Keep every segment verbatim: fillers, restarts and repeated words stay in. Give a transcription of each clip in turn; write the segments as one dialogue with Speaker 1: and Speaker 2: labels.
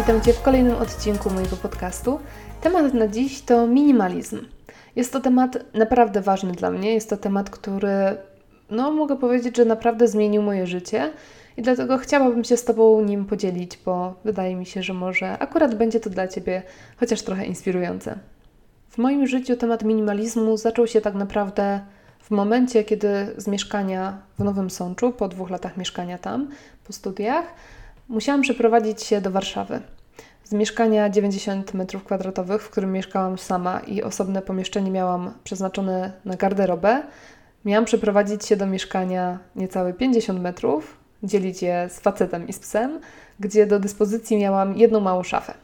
Speaker 1: witam Cię w kolejnym odcinku mojego podcastu. Temat na dziś to minimalizm. Jest to temat naprawdę ważny dla mnie, jest to temat, który, no mogę powiedzieć, że naprawdę zmienił moje życie i dlatego chciałabym się z Tobą nim podzielić, bo wydaje mi się, że może akurat będzie to dla Ciebie chociaż trochę inspirujące. W moim życiu temat minimalizmu zaczął się tak naprawdę w momencie, kiedy z mieszkania w Nowym Sączu, po dwóch latach mieszkania tam, po studiach, musiałam przeprowadzić się do Warszawy. Z mieszkania dziewięćdziesiąt metrów kwadratowych, w którym mieszkałam sama i osobne pomieszczenie miałam przeznaczone na garderobę, miałam przeprowadzić się do mieszkania niecałe pięćdziesiąt metrów, dzielić je z facetem i z psem, gdzie do dyspozycji miałam jedną małą szafę.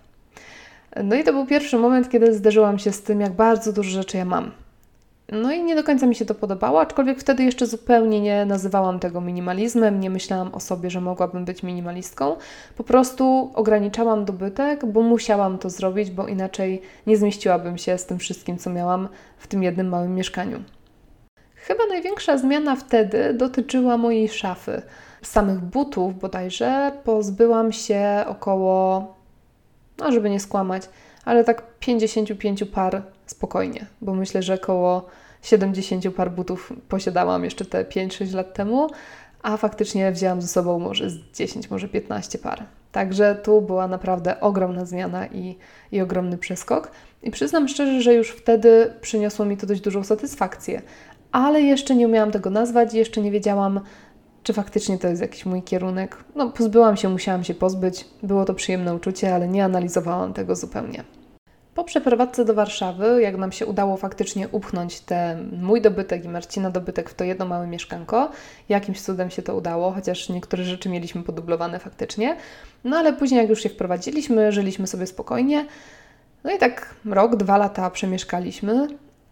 Speaker 1: No i to był pierwszy moment, kiedy zderzyłam się z tym, jak bardzo dużo rzeczy ja mam. No i nie do końca mi się to podobało, aczkolwiek wtedy jeszcze zupełnie nie nazywałam tego minimalizmem, nie myślałam o sobie, że mogłabym być minimalistką. Po prostu ograniczałam dobytek, bo musiałam to zrobić, bo inaczej nie zmieściłabym się z tym wszystkim, co miałam w tym jednym małym mieszkaniu. Chyba największa zmiana wtedy dotyczyła mojej szafy. Samych butów bodajże pozbyłam się około, no żeby nie skłamać, ale tak pięćdziesiąt pięć par spokojnie, bo myślę, że około siedemdziesiąt par butów posiadałam jeszcze te pięć sześć lat temu, a faktycznie wzięłam ze sobą może z dziesięć, może piętnaście par. Także tu była naprawdę ogromna zmiana i, i ogromny przeskok. I przyznam szczerze, że już wtedy przyniosło mi to dość dużą satysfakcję, ale jeszcze nie umiałam tego nazwać, jeszcze nie wiedziałam, czy faktycznie to jest jakiś mój kierunek. No, pozbyłam się, musiałam się pozbyć. Było to przyjemne uczucie, ale nie analizowałam tego zupełnie. Po przeprowadzce do Warszawy, jak nam się udało faktycznie upchnąć ten mój dobytek i Marcina dobytek w to jedno małe mieszkanko, jakimś cudem się to udało, chociaż niektóre rzeczy mieliśmy podublowane faktycznie. No ale później jak już się wprowadziliśmy, żyliśmy sobie spokojnie. No i tak rok, dwa lata przemieszkaliśmy,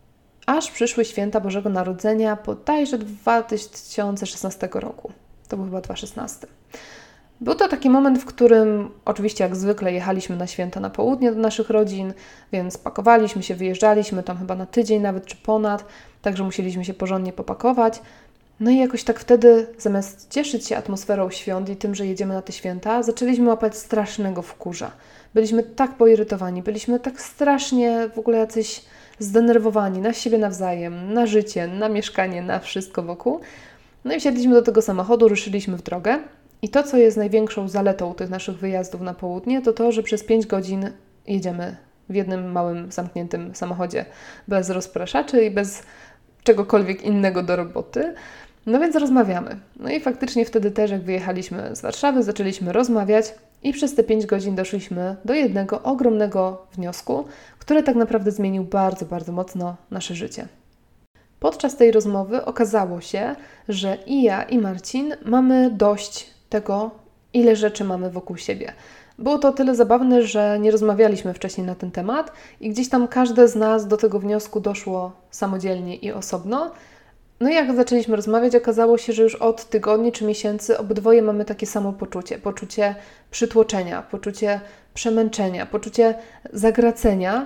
Speaker 1: aż przyszły święta Bożego Narodzenia bodajże dwa tysiące szesnastego roku. To był chyba dwa tysiące szesnasty. Był to taki moment, w którym oczywiście jak zwykle jechaliśmy na święta na południe do naszych rodzin, więc pakowaliśmy się, wyjeżdżaliśmy tam chyba na tydzień nawet czy ponad, także musieliśmy się porządnie popakować. No i jakoś tak wtedy, zamiast cieszyć się atmosferą świąt i tym, że jedziemy na te święta, zaczęliśmy łapać strasznego wkurza. Byliśmy tak poirytowani, byliśmy tak strasznie w ogóle jacyś zdenerwowani na siebie nawzajem, na życie, na mieszkanie, na wszystko wokół. No i wsiedliśmy do tego samochodu, ruszyliśmy w drogę. I to, co jest największą zaletą tych naszych wyjazdów na południe, to to, że przez pięć godzin jedziemy w jednym małym, zamkniętym samochodzie, bez rozpraszaczy i bez czegokolwiek innego do roboty. No więc rozmawiamy. No i faktycznie wtedy też, jak wyjechaliśmy z Warszawy, zaczęliśmy rozmawiać i przez te pięć godzin doszliśmy do jednego ogromnego wniosku, który tak naprawdę zmienił bardzo, bardzo mocno nasze życie. Podczas tej rozmowy okazało się, że i ja, i Marcin mamy dość tego, ile rzeczy mamy wokół siebie. Było to o tyle zabawne, że nie rozmawialiśmy wcześniej na ten temat i gdzieś tam każde z nas do tego wniosku doszło samodzielnie i osobno. No i jak zaczęliśmy rozmawiać, okazało się, że już od tygodni czy miesięcy obydwoje mamy takie samo poczucie. Poczucie przytłoczenia, poczucie przemęczenia, poczucie zagracenia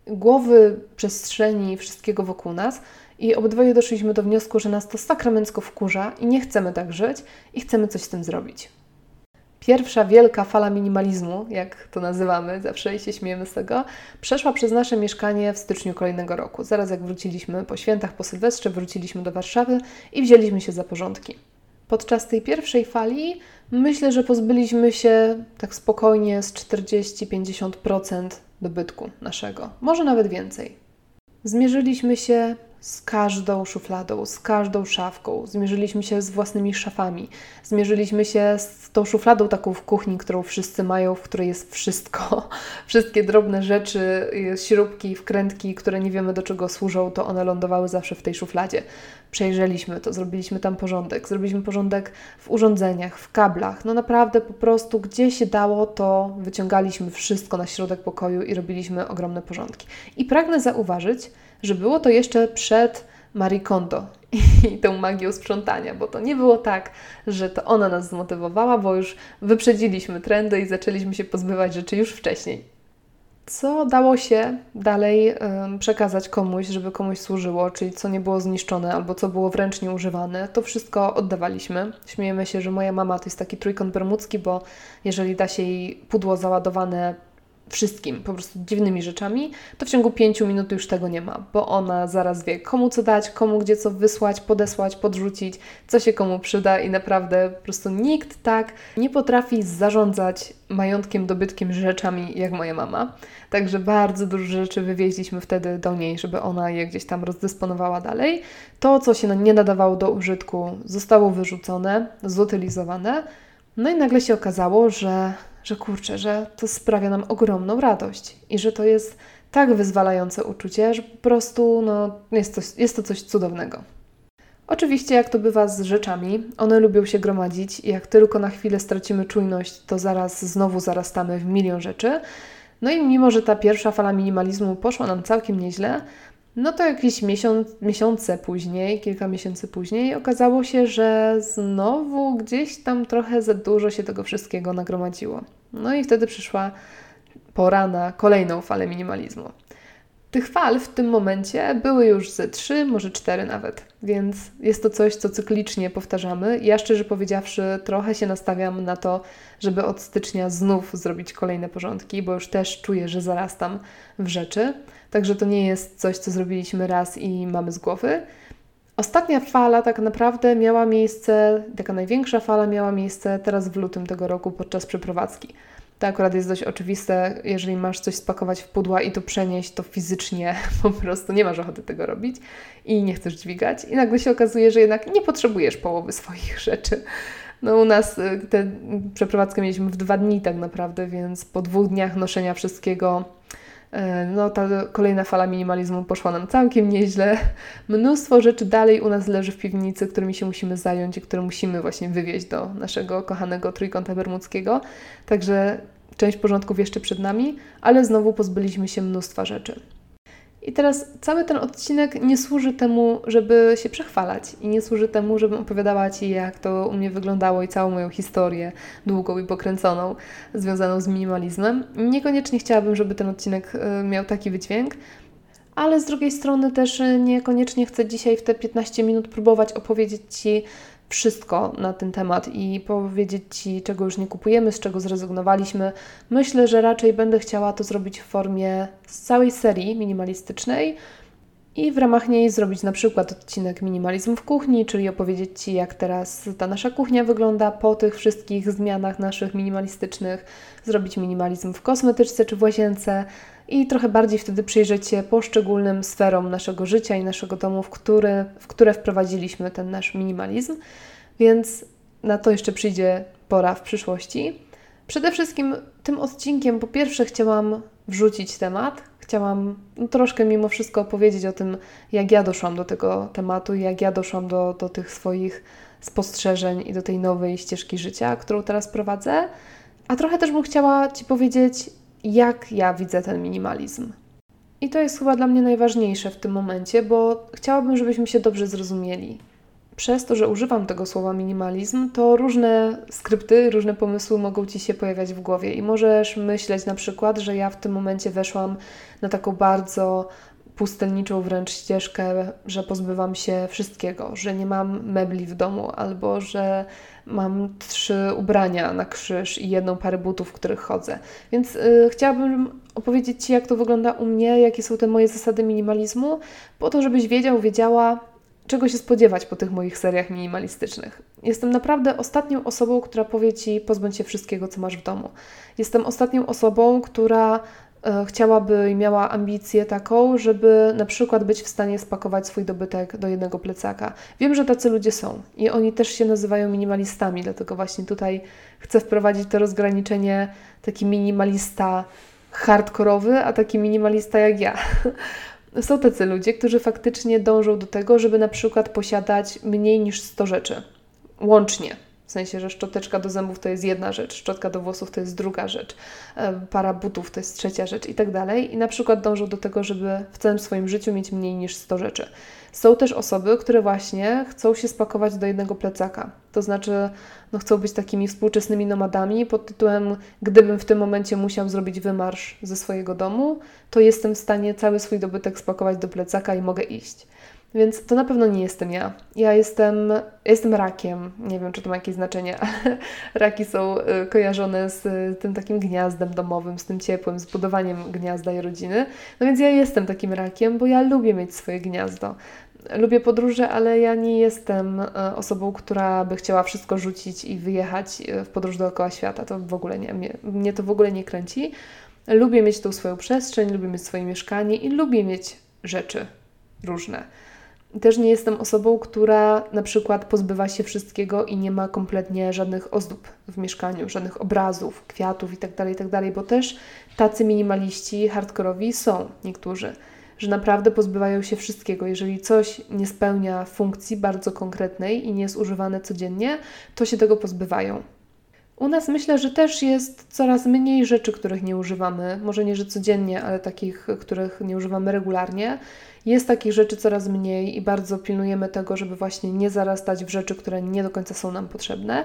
Speaker 1: głowy, przestrzeni, wszystkiego wokół nas. I obydwoje doszliśmy do wniosku, że nas to sakramencko wkurza i nie chcemy tak żyć i chcemy coś z tym zrobić. Pierwsza wielka fala minimalizmu, jak to nazywamy, zawsze się śmiejemy z tego, przeszła przez nasze mieszkanie w styczniu kolejnego roku. Zaraz jak wróciliśmy po świętach, po Sylwestrze, wróciliśmy do Warszawy i wzięliśmy się za porządki. Podczas tej pierwszej fali myślę, że pozbyliśmy się tak spokojnie z czterdzieści do pięćdziesięciu procent dobytku naszego, może nawet więcej. Zmierzyliśmy się z każdą szufladą, z każdą szafką. Zmierzyliśmy się z własnymi szafami. Zmierzyliśmy się z tą szufladą taką w kuchni, którą wszyscy mają, w której jest wszystko. Wszystkie drobne rzeczy, śrubki, wkrętki, które nie wiemy do czego służą, to one lądowały zawsze w tej szufladzie. Przejrzeliśmy to, zrobiliśmy tam porządek. Zrobiliśmy porządek w urządzeniach, w kablach. No naprawdę po prostu gdzie się dało, to wyciągaliśmy wszystko na środek pokoju i robiliśmy ogromne porządki. I pragnę zauważyć, że było to jeszcze przed Marie Kondo i tą magią sprzątania, bo to nie było tak, że to ona nas zmotywowała, bo już wyprzedziliśmy trendy i zaczęliśmy się pozbywać rzeczy już wcześniej. co dało się dalej um, przekazać komuś, żeby komuś służyło, czyli co nie było zniszczone albo co było wręcz nieużywane, to wszystko oddawaliśmy. Śmiejemy się, że moja mama to jest taki trójkąt bermudzki, bo jeżeli da się jej pudło załadowane wszystkim, po prostu dziwnymi rzeczami, to w ciągu pięciu minut już tego nie ma, bo ona zaraz wie, komu co dać, komu gdzie co wysłać, podesłać, podrzucić, co się komu przyda i naprawdę po prostu nikt tak nie potrafi zarządzać majątkiem, dobytkiem, rzeczami jak moja mama. Także bardzo dużo rzeczy wywieźliśmy wtedy do niej, żeby ona je gdzieś tam rozdysponowała dalej. To, co się nie nadawało do użytku, zostało wyrzucone, zutylizowane. No i nagle się okazało, że że kurczę, że to sprawia nam ogromną radość i że to jest tak wyzwalające uczucie, że po prostu no, jest, to, jest to coś cudownego. Oczywiście, jak to bywa z rzeczami, one lubią się gromadzić i jak tylko na chwilę stracimy czujność, to zaraz znowu zarastamy w milion rzeczy. No i mimo, że ta pierwsza fala minimalizmu poszła nam całkiem nieźle, no to jakieś miesiąc, miesiące później, kilka miesięcy później okazało się, że znowu gdzieś tam trochę za dużo się tego wszystkiego nagromadziło. No i wtedy przyszła pora na kolejną falę minimalizmu. Tych fal w tym momencie były już ze trzy, może cztery nawet, więc jest to coś, co cyklicznie powtarzamy. Ja szczerze powiedziawszy trochę się nastawiam na to, żeby od stycznia znów zrobić kolejne porządki, bo już też czuję, że zarastam w rzeczy. Także to nie jest coś, co zrobiliśmy raz i mamy z głowy. Ostatnia fala tak naprawdę miała miejsce, taka największa fala miała miejsce teraz w lutym tego roku podczas przeprowadzki. To akurat jest dość oczywiste, jeżeli masz coś spakować w pudła i to przenieść, to fizycznie po prostu nie masz ochoty tego robić i nie chcesz dźwigać. I nagle się okazuje, że jednak nie potrzebujesz połowy swoich rzeczy. No u nas tę przeprowadzkę mieliśmy w dwa dni tak naprawdę, więc po dwóch dniach noszenia wszystkiego no ta kolejna fala minimalizmu poszła nam całkiem nieźle. Mnóstwo rzeczy dalej u nas leży w piwnicy, którymi się musimy zająć i które musimy właśnie wywieźć do naszego kochanego trójkąta bermudzkiego. Także część porządków jeszcze przed nami, ale znowu pozbyliśmy się mnóstwa rzeczy. I teraz cały ten odcinek nie służy temu, żeby się przechwalać i nie służy temu, żebym opowiadała Ci, jak to u mnie wyglądało i całą moją historię długą i pokręconą związaną z minimalizmem. Niekoniecznie chciałabym, żeby ten odcinek miał taki wydźwięk, ale z drugiej strony też niekoniecznie chcę dzisiaj w te piętnaście minut próbować opowiedzieć Ci wszystko na ten temat i powiedzieć Ci, czego już nie kupujemy, z czego zrezygnowaliśmy. Myślę, że raczej będę chciała to zrobić w formie z całej serii minimalistycznej i w ramach niej zrobić na przykład odcinek minimalizm w kuchni, czyli opowiedzieć Ci, jak teraz ta nasza kuchnia wygląda po tych wszystkich zmianach naszych minimalistycznych, zrobić minimalizm w kosmetyczce czy w łazience i trochę bardziej wtedy przyjrzeć się poszczególnym sferom naszego życia i naszego domu, w, który, w które wprowadziliśmy ten nasz minimalizm, więc na to jeszcze przyjdzie pora w przyszłości. Przede wszystkim tym odcinkiem po pierwsze chciałam wrzucić temat, chciałam no, troszkę mimo wszystko opowiedzieć o tym, jak ja doszłam do tego tematu, jak ja doszłam do, do tych swoich spostrzeżeń i do tej nowej ścieżki życia, którą teraz prowadzę, a trochę też bym chciała Ci powiedzieć, jak ja widzę ten minimalizm. I to jest chyba dla mnie najważniejsze w tym momencie, bo chciałabym, żebyśmy się dobrze zrozumieli. Przez to, że używam tego słowa minimalizm, to różne skrypty, różne pomysły mogą Ci się pojawiać w głowie i możesz myśleć na przykład, że ja w tym momencie weszłam na taką bardzo pustelniczą wręcz ścieżkę, że pozbywam się wszystkiego, że nie mam mebli w domu albo że mam trzy ubrania na krzyż i jedną parę butów, w których chodzę. Więc yy, chciałabym opowiedzieć Ci, jak to wygląda u mnie, jakie są te moje zasady minimalizmu, po to, żebyś wiedział, wiedziała, czego się spodziewać po tych moich seriach minimalistycznych. Jestem naprawdę ostatnią osobą, która powie Ci, pozbądź się wszystkiego, co masz w domu. Jestem ostatnią osobą, która e, chciałaby i miała ambicję taką, żeby na przykład być w stanie spakować swój dobytek do jednego plecaka. Wiem, że tacy ludzie są i oni też się nazywają minimalistami, dlatego właśnie tutaj chcę wprowadzić to rozgraniczenie, taki minimalista hardkorowy, a taki minimalista jak ja. Są tacy ludzie, którzy faktycznie dążą do tego, żeby na przykład posiadać mniej niż sto rzeczy. Łącznie. W sensie, że szczoteczka do zębów to jest jedna rzecz, szczotka do włosów to jest druga rzecz, para butów to jest trzecia rzecz i tak dalej. I na przykład dążą do tego, żeby w całym swoim życiu mieć mniej niż sto rzeczy. Są też osoby, które właśnie chcą się spakować do jednego plecaka. To znaczy, no chcą być takimi współczesnymi nomadami pod tytułem: gdybym w tym momencie musiał zrobić wymarsz ze swojego domu, to jestem w stanie cały swój dobytek spakować do plecaka i mogę iść. Więc to na pewno nie jestem ja. Ja jestem, ja jestem rakiem. Nie wiem, czy to ma jakieś znaczenie, ale raki są kojarzone z tym takim gniazdem domowym, z tym ciepłym, z budowaniem gniazda i rodziny. No więc ja jestem takim rakiem, bo ja lubię mieć swoje gniazdo. Lubię podróże, ale ja nie jestem osobą, która by chciała wszystko rzucić i wyjechać w podróż dookoła świata. To w ogóle nie. Mnie, mnie to w ogóle nie kręci. Lubię mieć tą swoją przestrzeń, lubię mieć swoje mieszkanie i lubię mieć rzeczy różne. Też nie jestem osobą, która na przykład pozbywa się wszystkiego i nie ma kompletnie żadnych ozdób w mieszkaniu, żadnych obrazów, kwiatów itd., itd., bo też tacy minimaliści hardkorowi są niektórzy, że naprawdę pozbywają się wszystkiego. Jeżeli coś nie spełnia funkcji bardzo konkretnej i nie jest używane codziennie, to się tego pozbywają. U nas myślę, że też jest coraz mniej rzeczy, których nie używamy. Może nie, że codziennie, ale takich, których nie używamy regularnie. Jest takich rzeczy coraz mniej i bardzo pilnujemy tego, żeby właśnie nie zarastać w rzeczy, które nie do końca są nam potrzebne.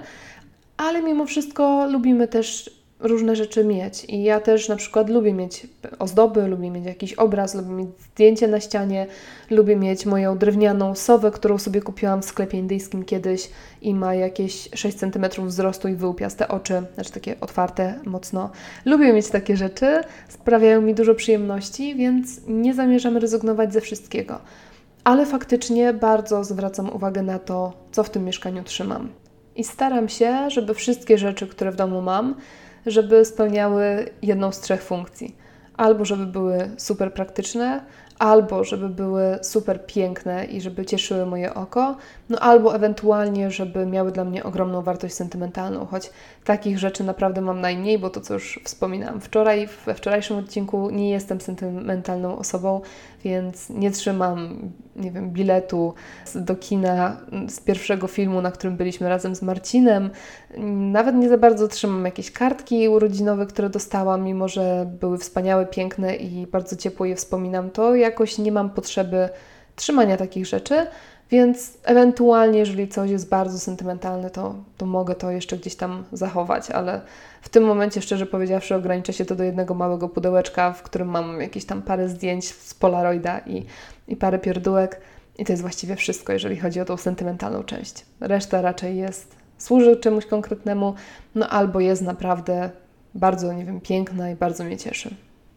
Speaker 1: Ale mimo wszystko lubimy też różne rzeczy mieć. I ja też na przykład lubię mieć ozdoby, lubię mieć jakiś obraz, lubię mieć zdjęcie na ścianie, lubię mieć moją drewnianą sowę, którą sobie kupiłam w sklepie indyjskim kiedyś i ma jakieś sześć centymetrów wzrostu i wyłupiaste oczy, znaczy takie otwarte mocno. Lubię mieć takie rzeczy, sprawiają mi dużo przyjemności, więc nie zamierzam rezygnować ze wszystkiego. Ale faktycznie bardzo zwracam uwagę na to, co w tym mieszkaniu trzymam. I staram się, żeby wszystkie rzeczy, które w domu mam, żeby spełniały jedną z trzech funkcji. Albo żeby były super praktyczne, albo żeby były super piękne i żeby cieszyły moje oko, no albo ewentualnie, żeby miały dla mnie ogromną wartość sentymentalną, choć takich rzeczy naprawdę mam najmniej, bo to, co już wspominałam wczoraj, we wczorajszym odcinku, nie jestem sentymentalną osobą, więc nie trzymam, nie wiem, biletu do kina z pierwszego filmu, na którym byliśmy razem z Marcinem. Nawet nie za bardzo trzymam jakieś kartki urodzinowe, które dostałam, mimo że były wspaniałe, piękne i bardzo ciepło je wspominam, to jakoś nie mam potrzeby trzymania takich rzeczy, więc ewentualnie, jeżeli coś jest bardzo sentymentalne, to, to mogę to jeszcze gdzieś tam zachować, ale w tym momencie, szczerze powiedziawszy, ograniczę się to do jednego małego pudełeczka, w którym mam jakieś tam parę zdjęć z Polaroida i, i parę pierdółek i to jest właściwie wszystko, jeżeli chodzi o tą sentymentalną część. Reszta raczej jest, służy czemuś konkretnemu, no albo jest naprawdę bardzo, nie wiem, piękna i bardzo mnie cieszy.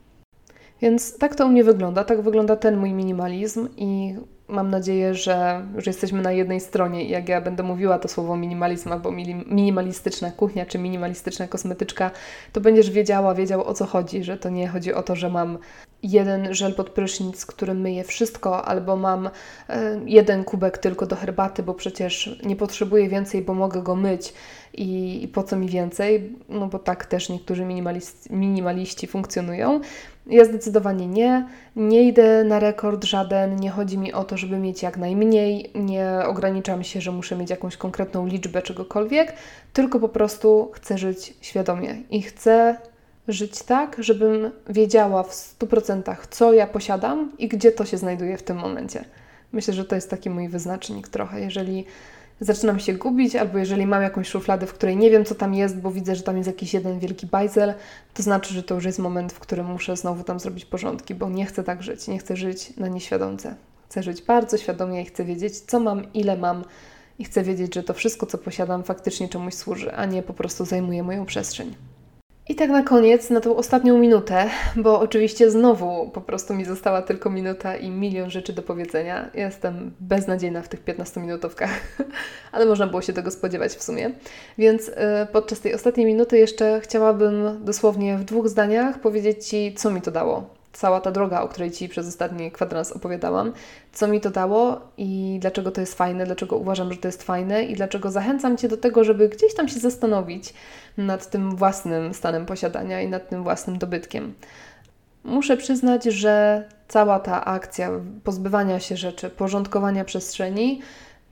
Speaker 1: Więc tak to u mnie wygląda, tak wygląda ten mój minimalizm i mam nadzieję, że już jesteśmy na jednej stronie i jak ja będę mówiła to słowo minimalizm albo minimalistyczna kuchnia czy minimalistyczna kosmetyczka, to będziesz wiedziała, wiedział o co chodzi, że to nie chodzi o to, że mam jeden żel pod prysznic, którym myję wszystko, albo mam e, jeden kubek tylko do herbaty, bo przecież nie potrzebuję więcej, bo mogę go myć i, i po co mi więcej, no bo tak też niektórzy minimaliści, minimaliści funkcjonują. Ja zdecydowanie nie. Nie idę na rekord żaden, nie chodzi mi o to, żeby mieć jak najmniej, nie ograniczam się, że muszę mieć jakąś konkretną liczbę czegokolwiek, tylko po prostu chcę żyć świadomie i chcę żyć tak, żebym wiedziała w stu procentach, co ja posiadam i gdzie to się znajduje w tym momencie. Myślę, że to jest taki mój wyznacznik trochę. Jeżeli zaczynam się gubić, albo jeżeli mam jakąś szufladę, w której nie wiem, co tam jest, bo widzę, że tam jest jakiś jeden wielki bajzel, to znaczy, że to już jest moment, w którym muszę znowu tam zrobić porządki, bo nie chcę tak żyć, nie chcę żyć na nieświadomce. Chcę żyć bardzo świadomie i chcę wiedzieć, co mam, ile mam i chcę wiedzieć, że to wszystko, co posiadam, faktycznie czemuś służy, a nie po prostu zajmuje moją przestrzeń. I tak na koniec, na tą ostatnią minutę, bo oczywiście znowu po prostu mi została tylko minuta i milion rzeczy do powiedzenia. Jestem beznadziejna w tych piętnastominutówkach, ale można było się tego spodziewać w sumie. Więc y, podczas tej ostatniej minuty jeszcze chciałabym dosłownie w dwóch zdaniach powiedzieć Ci, co mi to dało. Cała ta droga, o której Ci przez ostatni kwadrans opowiadałam, co mi to dało i dlaczego to jest fajne, dlaczego uważam, że to jest fajne i dlaczego zachęcam Cię do tego, żeby gdzieś tam się zastanowić nad tym własnym stanem posiadania i nad tym własnym dobytkiem. Muszę przyznać, że cała ta akcja pozbywania się rzeczy, porządkowania przestrzeni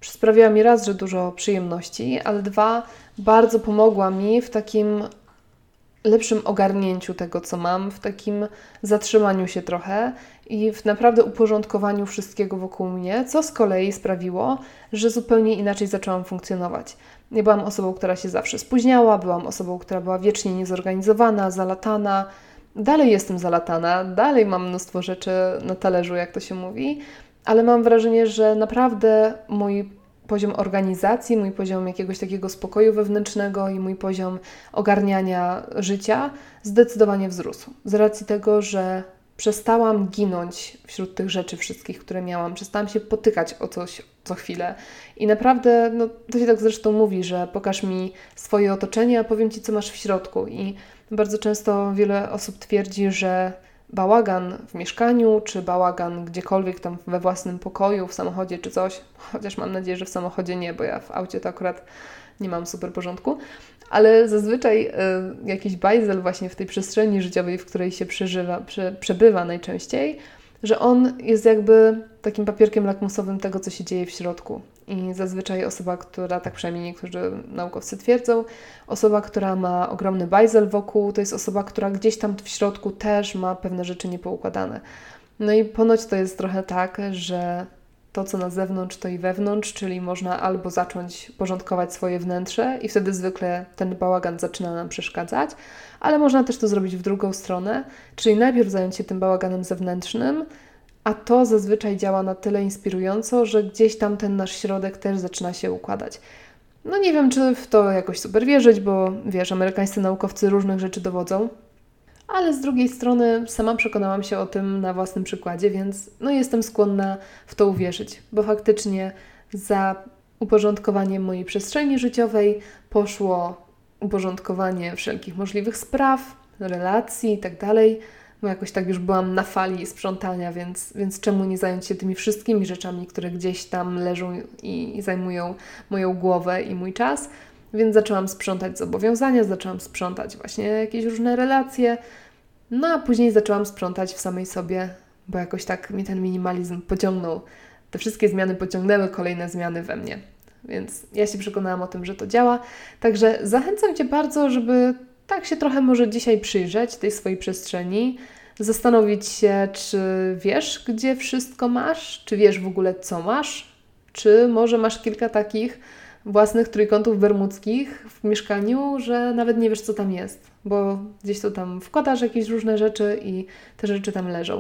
Speaker 1: sprawiła mi raz, że dużo przyjemności, ale dwa, bardzo pomogła mi w takim lepszym ogarnięciu tego, co mam, w takim zatrzymaniu się trochę i w naprawdę uporządkowaniu wszystkiego wokół mnie, co z kolei sprawiło, że zupełnie inaczej zaczęłam funkcjonować. Nie byłam osobą, która się zawsze spóźniała, byłam osobą, która była wiecznie niezorganizowana, zalatana. Dalej jestem zalatana, dalej mam mnóstwo rzeczy na talerzu, jak to się mówi, ale mam wrażenie, że naprawdę mój poziom organizacji, mój poziom jakiegoś takiego spokoju wewnętrznego i mój poziom ogarniania życia zdecydowanie wzrósł. Z racji tego, że przestałam ginąć wśród tych rzeczy wszystkich, które miałam. Przestałam się potykać o coś co chwilę. I naprawdę, no to się tak zresztą mówi, że pokaż mi swoje otoczenie, a powiem Ci, co masz w środku. I bardzo często wiele osób twierdzi, że bałagan w mieszkaniu, czy bałagan gdziekolwiek tam we własnym pokoju, w samochodzie czy coś, chociaż mam nadzieję, że w samochodzie nie, bo ja w aucie to akurat nie mam super porządku, ale zazwyczaj y, jakiś bajzel właśnie w tej przestrzeni życiowej, w której się przeżywa, prze, przebywa najczęściej, że on jest jakby takim papierkiem lakmusowym tego, co się dzieje w środku. I zazwyczaj osoba, która, tak przynajmniej niektórzy naukowcy twierdzą, osoba, która ma ogromny bajzel wokół, to jest osoba, która gdzieś tam w środku też ma pewne rzeczy niepoukładane. No i ponoć to jest trochę tak, że to, co na zewnątrz, to i wewnątrz, czyli można albo zacząć porządkować swoje wnętrze i wtedy zwykle ten bałagan zaczyna nam przeszkadzać, ale można też to zrobić w drugą stronę, czyli najpierw zająć się tym bałaganem zewnętrznym, a to zazwyczaj działa na tyle inspirująco, że gdzieś tam ten nasz środek też zaczyna się układać. No nie wiem, czy w to jakoś super wierzyć, bo wiesz, amerykańscy naukowcy różnych rzeczy dowodzą, ale z drugiej strony sama przekonałam się o tym na własnym przykładzie, więc no jestem skłonna w to uwierzyć, bo faktycznie za uporządkowaniem mojej przestrzeni życiowej poszło uporządkowanie wszelkich możliwych spraw, relacji i tak dalej. Bo jakoś tak już byłam na fali sprzątania, więc, więc czemu nie zająć się tymi wszystkimi rzeczami, które gdzieś tam leżą i, i zajmują moją głowę i mój czas. Więc zaczęłam sprzątać zobowiązania, zaczęłam sprzątać właśnie jakieś różne relacje, no a później zaczęłam sprzątać w samej sobie, bo jakoś tak mi ten minimalizm pociągnął. Te wszystkie zmiany pociągnęły kolejne zmiany we mnie, więc ja się przekonałam o tym, że to działa. Także zachęcam Cię bardzo, żeby tak się trochę może dzisiaj przyjrzeć tej swojej przestrzeni, zastanowić się, czy wiesz, gdzie wszystko masz, czy wiesz w ogóle, co masz, czy może masz kilka takich własnych trójkątów bermudzkich w mieszkaniu, że nawet nie wiesz, co tam jest, bo gdzieś to tam wkładasz jakieś różne rzeczy i te rzeczy tam leżą.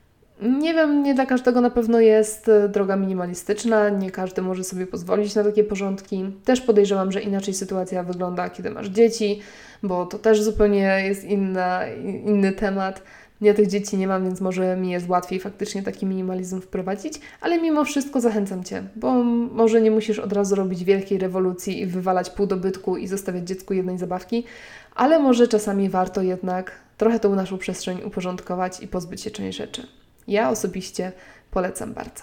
Speaker 1: Nie wiem, nie dla każdego na pewno jest droga minimalistyczna, nie każdy może sobie pozwolić na takie porządki. Też podejrzewam, że inaczej sytuacja wygląda, kiedy masz dzieci, bo to też zupełnie jest inna, inny temat. Ja tych dzieci nie mam, więc może mi jest łatwiej faktycznie taki minimalizm wprowadzić, ale mimo wszystko zachęcam Cię, bo może nie musisz od razu robić wielkiej rewolucji i wywalać pół dobytku i zostawiać dziecku jednej zabawki, ale może czasami warto jednak trochę tą naszą przestrzeń uporządkować i pozbyć się części rzeczy. Ja osobiście polecam bardzo.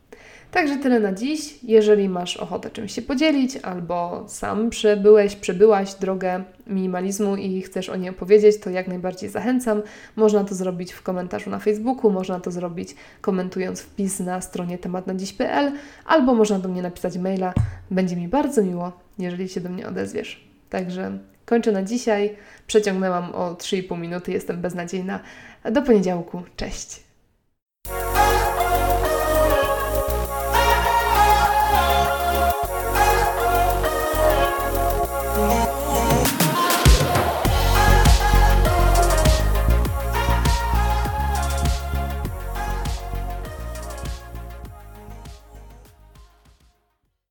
Speaker 1: Także tyle na dziś. Jeżeli masz ochotę czymś się podzielić albo sam przebyłeś, przebyłaś drogę minimalizmu i chcesz o niej opowiedzieć, to jak najbardziej zachęcam. Można to zrobić w komentarzu na Facebooku, można to zrobić komentując wpis na stronie temat na dziś kropka p l albo można do mnie napisać maila. Będzie mi bardzo miło, jeżeli się do mnie odezwiesz. Także kończę na dzisiaj. Przeciągnęłam o trzy i pół minuty, jestem beznadziejna. Do poniedziałku. Cześć!